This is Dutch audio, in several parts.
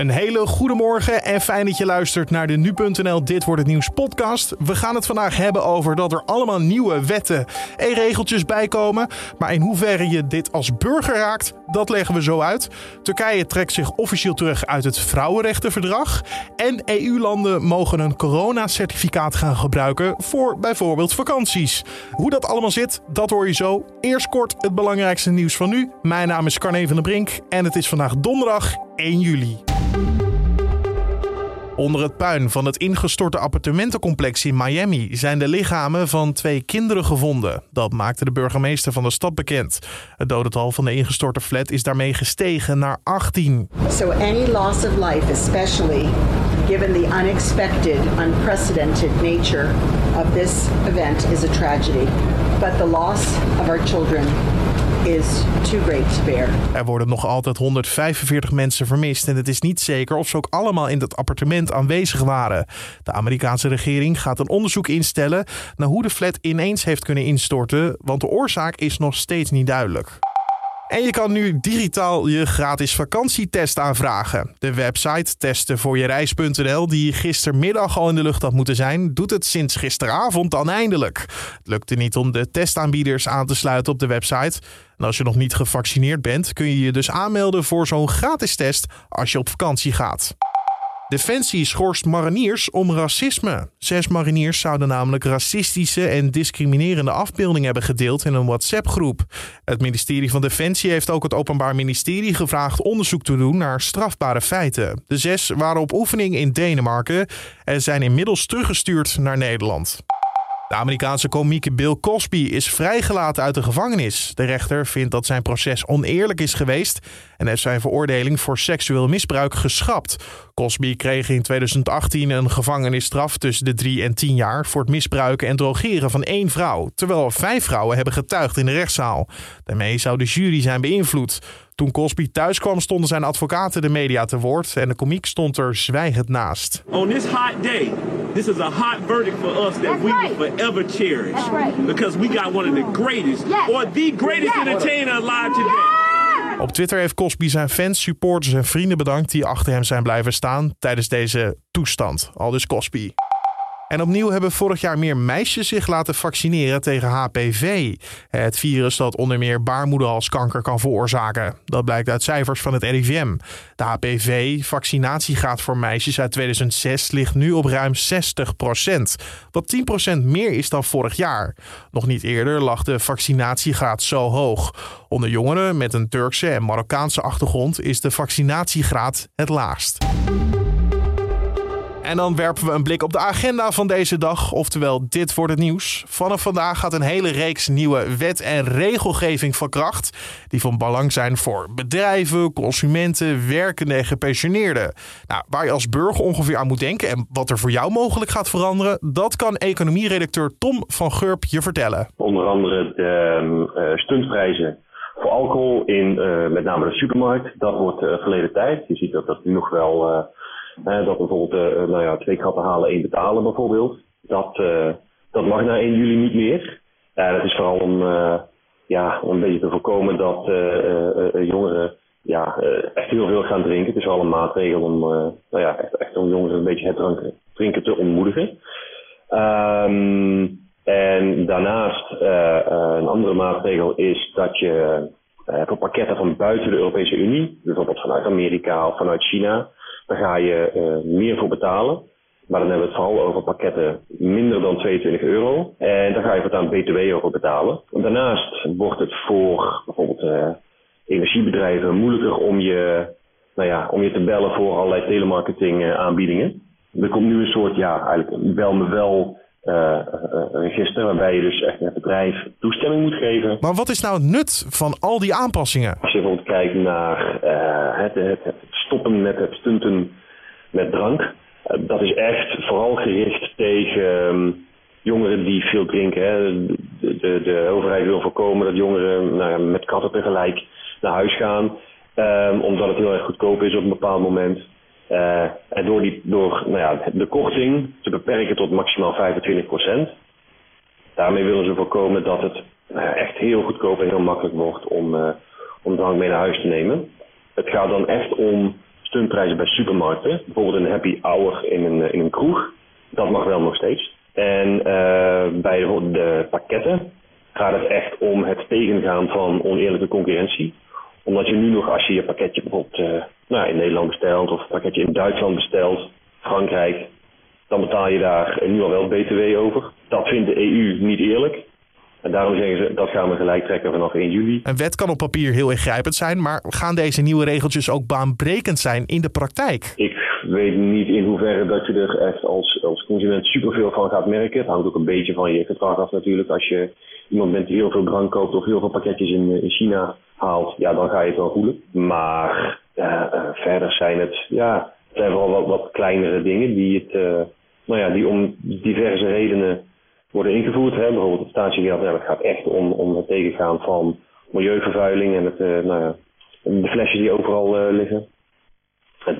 Een hele goede morgen en fijn dat je luistert naar de Nu.nl Dit Wordt Het Nieuws podcast. We gaan het vandaag hebben over dat er allemaal nieuwe wetten en regeltjes bijkomen. Maar in hoeverre je dit als burger raakt, dat leggen we zo uit. Turkije trekt zich officieel terug uit het Vrouwenrechtenverdrag. En EU-landen mogen een coronacertificaat gaan gebruiken voor bijvoorbeeld vakanties. Hoe dat allemaal zit, dat hoor je zo. Eerst kort het belangrijkste nieuws van nu. Mijn naam is Carne van der Brink en het is vandaag donderdag 1 juli. Onder het puin van het ingestorte appartementencomplex in Miami zijn de lichamen van 2 kinderen gevonden. Dat maakte de burgemeester van de stad bekend. Het dodental van de ingestorte flat is daarmee gestegen naar 18. So any loss of life, especially given the unexpected, unprecedented nature of this event, is a tragedy. But the loss of our children is too great to bear. Er worden nog altijd 145 mensen vermist en het is niet zeker of ze ook allemaal in dat appartement aanwezig waren. De Amerikaanse regering gaat een onderzoek instellen naar hoe de flat ineens heeft kunnen instorten, want de oorzaak is nog steeds niet duidelijk. En je kan nu digitaal je gratis vakantietest aanvragen. De website testenvoorjereis.nl, die gistermiddag al in de lucht had moeten zijn, doet het sinds gisteravond dan eindelijk. Het lukte niet om de testaanbieders aan te sluiten op de website. En als je nog niet gevaccineerd bent, kun je je dus aanmelden voor zo'n gratis test als je op vakantie gaat. Defensie schorst mariniers om racisme. 6 mariniers zouden namelijk racistische en discriminerende afbeeldingen hebben gedeeld in een WhatsApp-groep. Het ministerie van Defensie heeft ook het Openbaar Ministerie gevraagd onderzoek te doen naar strafbare feiten. De 6 waren op oefening in Denemarken en zijn inmiddels teruggestuurd naar Nederland. De Amerikaanse komiek Bill Cosby is vrijgelaten uit de gevangenis. De rechter vindt dat zijn proces oneerlijk is geweest en heeft zijn veroordeling voor seksueel misbruik geschrapt. Cosby kreeg in 2018 een gevangenisstraf tussen de 3 en 10 jaar voor het misbruiken en drogeren van 1 vrouw, terwijl 5 vrouwen hebben getuigd in de rechtszaal. Daarmee zou de jury zijn beïnvloed. Toen Cosby thuis kwam, stonden zijn advocaten de media te woord en de komiek stond er zwijgend naast. On this hot day, this is a hot verdict for us that we will forever cherish. Because we got one of the greatest, or the greatest entertainer alive today. Op Twitter heeft Cosby zijn fans, supporters en vrienden bedankt die achter hem zijn blijven staan tijdens deze toestand. Aldus Cosby. En opnieuw hebben vorig jaar meer meisjes zich laten vaccineren tegen HPV. Het virus dat onder meer baarmoederhalskanker kan veroorzaken. Dat blijkt uit cijfers van het RIVM. De HPV-vaccinatiegraad voor meisjes uit 2006 ligt nu op ruim 60%. Wat 10% meer is dan vorig jaar. Nog niet eerder lag de vaccinatiegraad zo hoog. Onder jongeren met een Turkse en Marokkaanse achtergrond is de vaccinatiegraad het laagst. En dan werpen we een blik op de agenda van deze dag, oftewel dit wordt het nieuws. Vanaf vandaag gaat een hele reeks nieuwe wet- en regelgeving van kracht, die van belang zijn voor bedrijven, consumenten, werkenden en gepensioneerden. Nou, waar je als burger ongeveer aan moet denken en wat er voor jou mogelijk gaat veranderen, dat kan economieredacteur Tom van Gurp je vertellen. Onder andere de stuntprijzen voor alcohol in met name de supermarkt, dat wordt verleden tijd. Je ziet dat nu nog wel... dat bijvoorbeeld 2 grappen halen, 1 betalen bijvoorbeeld. Dat mag na 1 juli niet meer. Dat is vooral om een beetje te voorkomen dat jongeren echt heel veel gaan drinken. Het is wel een maatregel om echt om jongeren een beetje het drinken te ontmoedigen. En daarnaast een andere maatregel is dat je voor pakketten van buiten de Europese Unie, bijvoorbeeld vanuit Amerika of vanuit China, daar ga je meer voor betalen. Maar dan hebben we het vooral over pakketten minder dan €22. En daar ga je voortaan BTW over betalen. En daarnaast wordt het voor bijvoorbeeld energiebedrijven moeilijker om je te bellen voor allerlei telemarketing aanbiedingen. Er komt nu een soort, eigenlijk bel me wel register, waarbij je dus echt het bedrijf toestemming moet geven. Maar wat is nou het nut van al die aanpassingen? Als je bijvoorbeeld kijkt naar het stoppen met het stunten met drank, dat is echt vooral gericht tegen jongeren die veel drinken. Hè. De overheid wil voorkomen dat jongeren met katten tegelijk naar huis gaan, omdat het heel erg goedkoop is op een bepaald moment. En door de korting te beperken tot maximaal 25%. Daarmee willen ze voorkomen dat het echt heel goedkoop en heel makkelijk wordt om drank mee naar huis te nemen. Het gaat dan echt om stuntprijzen bij supermarkten. Bijvoorbeeld een happy hour in een kroeg. Dat mag wel nog steeds. En bij de pakketten gaat het echt om het tegengaan van oneerlijke concurrentie. Omdat je nu nog, als je je pakketje bijvoorbeeld in Nederland bestelt of een pakketje in Duitsland bestelt, Frankrijk, dan betaal je daar nu al wel BTW over. Dat vindt de EU niet eerlijk. En daarom zeggen ze, dat gaan we gelijk trekken vanaf 1 juli. Een wet kan op papier heel ingrijpend zijn, maar gaan deze nieuwe regeltjes ook baanbrekend zijn in de praktijk? Ik weet niet in hoeverre dat je er echt als consument superveel van gaat merken. Het hangt ook een beetje van je gedrag af natuurlijk. Als je iemand bent die heel veel drank koopt of heel veel pakketjes in China haalt, ja, dan ga je het wel voelen. Maar verder zijn het vooral wat kleinere dingen die om diverse redenen worden ingevoerd. Hè. Bijvoorbeeld het statiegeld, dat gaat echt om het tegengaan van milieuvervuiling en de flesjes die overal liggen. Het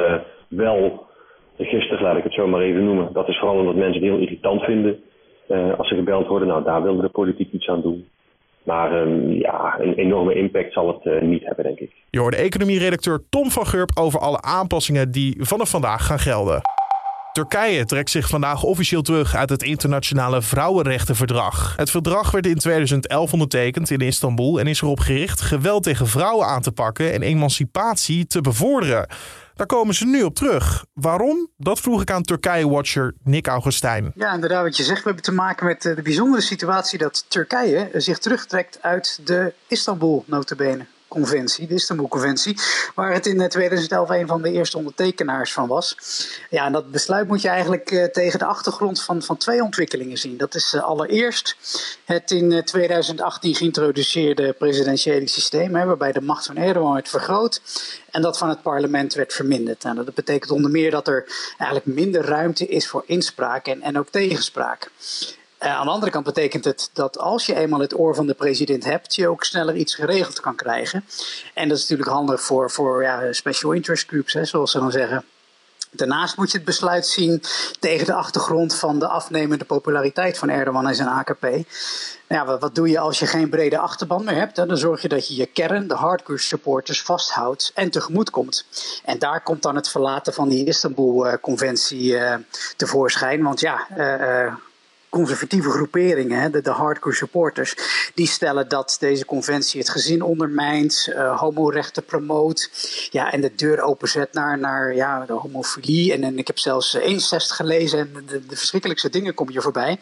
belregister, laat ik het zo maar even noemen. Dat is vooral omdat mensen het heel irritant vinden als ze gebeld worden. Nou, daar wilde de politiek iets aan doen. Maar een enorme impact zal het niet hebben, denk ik. Je hoorde economieredacteur Tom van Gurp over alle aanpassingen die vanaf vandaag gaan gelden. Turkije trekt zich vandaag officieel terug uit het internationale vrouwenrechtenverdrag. Het verdrag werd in 2011 ondertekend in Istanbul en is erop gericht geweld tegen vrouwen aan te pakken en emancipatie te bevorderen. Daar komen ze nu op terug. Waarom? Dat vroeg ik aan Turkije-watcher Nick Augustijn. Ja, inderdaad wat je zegt. We hebben te maken met de bijzondere situatie dat Turkije zich terugtrekt uit de Istanbul notabene. Conventie, de Istanbul-conventie, waar het in 2011 een van de eerste ondertekenaars van was. Ja, en dat besluit moet je eigenlijk tegen de achtergrond van 2 ontwikkelingen zien. Dat is allereerst het in 2018 geïntroduceerde presidentiële systeem, waarbij de macht van Erdogan werd vergroot en dat van het parlement werd verminderd. Nou, dat betekent onder meer dat er eigenlijk minder ruimte is voor inspraak en ook tegenspraak. Aan de andere kant betekent het dat als je eenmaal het oor van de president hebt, je ook sneller iets geregeld kan krijgen. En dat is natuurlijk handig voor special interest groups, zoals ze dan zeggen. Daarnaast moet je het besluit zien tegen de achtergrond van de afnemende populariteit van Erdogan en zijn AKP. Nou, wat doe je als je geen brede achterban meer hebt? Dan zorg je dat je je kern, de hardcore supporters, vasthoudt en tegemoet komt. En daar komt dan het verlaten van die Istanbul-conventie tevoorschijn. Want conservatieve groeperingen, de hardcore supporters, die stellen dat deze conventie het gezin ondermijnt, homorechten promoot, en de deur openzet naar de homofilie. En ik heb zelfs incest gelezen en de verschrikkelijkste dingen kom je voorbij.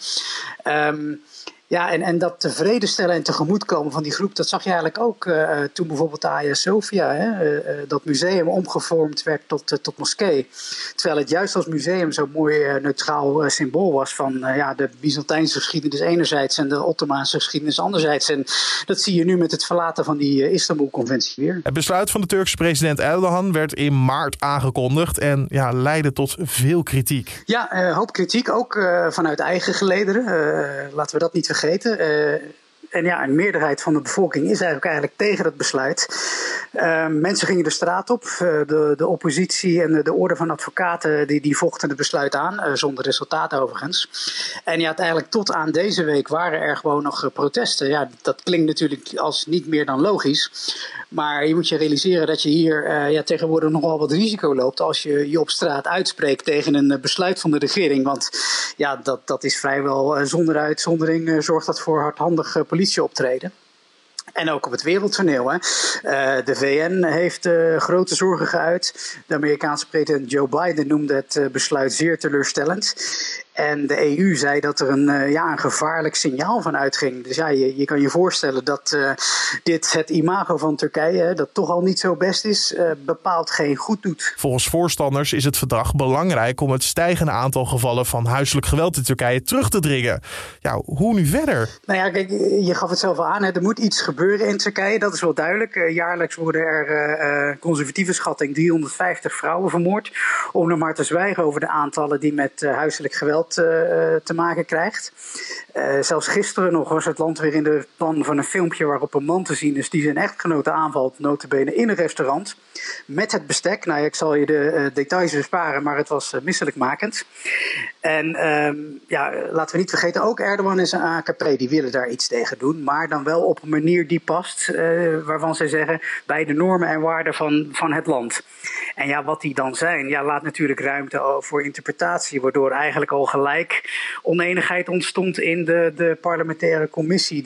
En dat tevreden stellen en tegemoetkomen van die groep, dat zag je eigenlijk ook toen bijvoorbeeld Hagia Sophia, dat museum omgevormd werd tot moskee. Terwijl het juist als museum zo'n mooi neutraal symbool was van de Byzantijnse geschiedenis enerzijds en de Ottomaanse geschiedenis anderzijds. En dat zie je nu met het verlaten van die Istanbul-conventie weer. Het besluit van de Turkse president Erdogan werd in maart aangekondigd en leidde tot veel kritiek. Ja, een hoop kritiek, ook vanuit eigen gelederen. Laten we dat niet vergeten. Een meerderheid van de bevolking is eigenlijk tegen dat besluit. Mensen gingen de straat op. De oppositie en de orde van advocaten die vochten het besluit aan. Zonder resultaat overigens. En uiteindelijk tot aan deze week waren er gewoon nog protesten. Ja, dat klinkt natuurlijk als niet meer dan logisch. Maar je moet je realiseren dat je hier tegenwoordig nogal wat risico loopt als je je op straat uitspreekt tegen een besluit van de regering. Want dat is vrijwel zonder uitzondering zorgt dat voor hardhandig politieoptreden. En ook op het wereldtoneel. De VN heeft grote zorgen geuit. De Amerikaanse president Joe Biden noemde het besluit zeer teleurstellend. En de EU zei dat er een gevaarlijk signaal van uitging. Dus je kan je voorstellen dat dit het imago van Turkije, dat toch al niet zo best is, bepaald geen goed doet. Volgens voorstanders is het verdrag belangrijk om het stijgende aantal gevallen van huiselijk geweld in Turkije terug te dringen. Ja, hoe nu verder? Nou ja, kijk, je gaf het zelf al aan. Er moet iets gebeuren in Turkije, dat is wel duidelijk. Jaarlijks worden er conservatieve schatting 350 vrouwen vermoord. Om nog maar te zwijgen over de aantallen die met huiselijk geweld te maken krijgt. Zelfs gisteren nog was het land weer in de pan van een filmpje waarop een man te zien is die zijn echtgenote aanvalt, nota bene in een restaurant, met het bestek. Nou, ik zal je de details besparen, maar het was misselijkmakend. En laten we niet vergeten, ook Erdogan en zijn AKP, die willen daar iets tegen doen. Maar dan wel op een manier die past, waarvan zij zeggen, bij de normen en waarden van het land. En ja, wat die dan zijn, laat natuurlijk ruimte voor interpretatie. Waardoor eigenlijk al gelijk onenigheid ontstond in de parlementaire commissie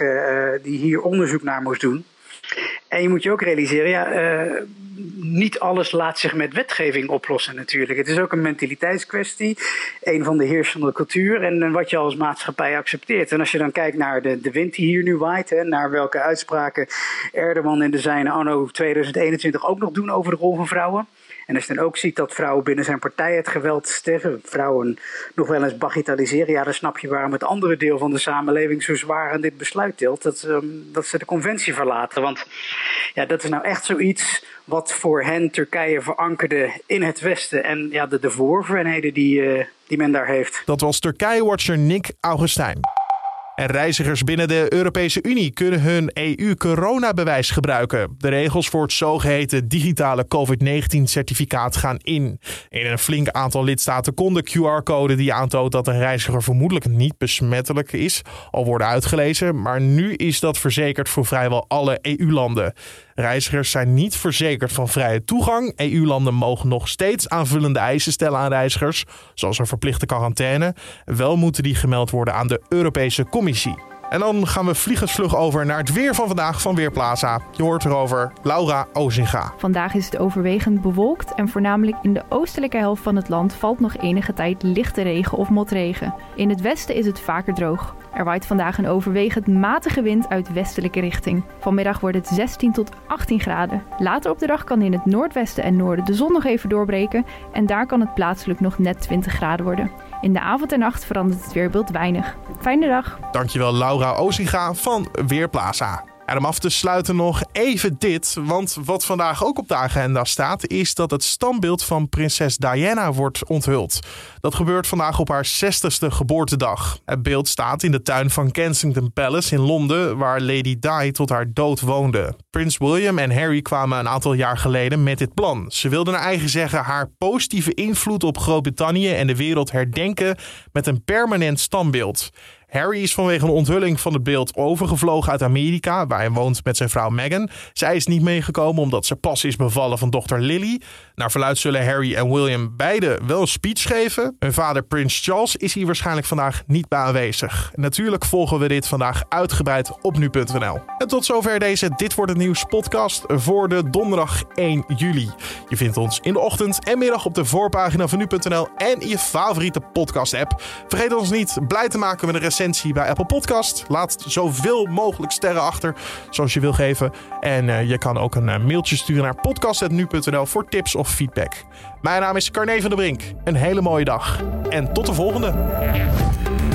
die hier onderzoek naar moest doen. En je moet je ook realiseren, niet alles laat zich met wetgeving oplossen natuurlijk. Het is ook een mentaliteitskwestie, een van de heersende cultuur en wat je als maatschappij accepteert. En als je dan kijkt naar de wind die hier nu waait, naar welke uitspraken Erdogan en de zijne anno 2021 ook nog doen over de rol van vrouwen. En als je dan ook ziet dat vrouwen binnen zijn partij het geweld tegen vrouwen nog wel eens bagatelliseren, dan snap je waarom het andere deel van de samenleving zo zwaar aan dit besluit tilt, dat ze de conventie verlaten. Want dat is nou echt zoiets wat voor hen Turkije verankerde in het Westen en de verworvenheden die men daar heeft. Dat was Turkije-watcher Nick Augustijn. En reizigers binnen de Europese Unie kunnen hun EU-coronabewijs gebruiken. De regels voor het zogeheten digitale COVID-19-certificaat gaan in. In een flink aantal lidstaten kon de QR-code die aantoont dat een reiziger vermoedelijk niet besmettelijk is, al worden uitgelezen. Maar nu is dat verzekerd voor vrijwel alle EU-landen. Reizigers zijn niet verzekerd van vrije toegang. EU-landen mogen nog steeds aanvullende eisen stellen aan reizigers, zoals een verplichte quarantaine. Wel moeten die gemeld worden aan de Europese Commissie. En dan gaan we vliegensvlug over naar het weer van vandaag van Weerplaza. Je hoort erover Laura Ozinga. Vandaag is het overwegend bewolkt en voornamelijk in de oostelijke helft van het land valt nog enige tijd lichte regen of motregen. In het westen is het vaker droog. Er waait vandaag een overwegend matige wind uit westelijke richting. Vanmiddag wordt het 16 tot 18 graden. Later op de dag kan in het noordwesten en noorden de zon nog even doorbreken en daar kan het plaatselijk nog net 20 graden worden. In de avond en nacht verandert het weerbeeld weinig. Fijne dag. Dankjewel Laura Ozinga van Weerplaza. En om af te sluiten nog even dit, want wat vandaag ook op de agenda staat, is dat het standbeeld van prinses Diana wordt onthuld. Dat gebeurt vandaag op haar 60ste geboortedag. Het beeld staat in de tuin van Kensington Palace in Londen, waar Lady Di tot haar dood woonde. Prins William en Harry kwamen een aantal jaar geleden met dit plan. Ze wilden naar eigen zeggen haar positieve invloed op Groot-Brittannië en de wereld herdenken met een permanent standbeeld. Harry is vanwege een onthulling van het beeld overgevlogen uit Amerika, waar hij woont met zijn vrouw Meghan. Zij is niet meegekomen omdat ze pas is bevallen van dochter Lily. Naar verluidt zullen Harry en William beide wel een speech geven. Hun vader Prins Charles is hier waarschijnlijk vandaag niet bij aanwezig. Natuurlijk volgen we dit vandaag uitgebreid op nu.nl. En tot zover deze Dit Wordt Het Nieuws podcast voor de donderdag 1 juli. Je vindt ons in de ochtend en middag op de voorpagina van nu.nl en in je favoriete podcast app. Vergeet ons niet blij te maken met een recensie bij Apple Podcast. Laat zoveel mogelijk sterren achter zoals je wil geven. En je kan ook een mailtje sturen naar podcast@nu.nl voor tips of feedback. Mijn naam is Carne van der Brink. Een hele mooie dag en tot de volgende.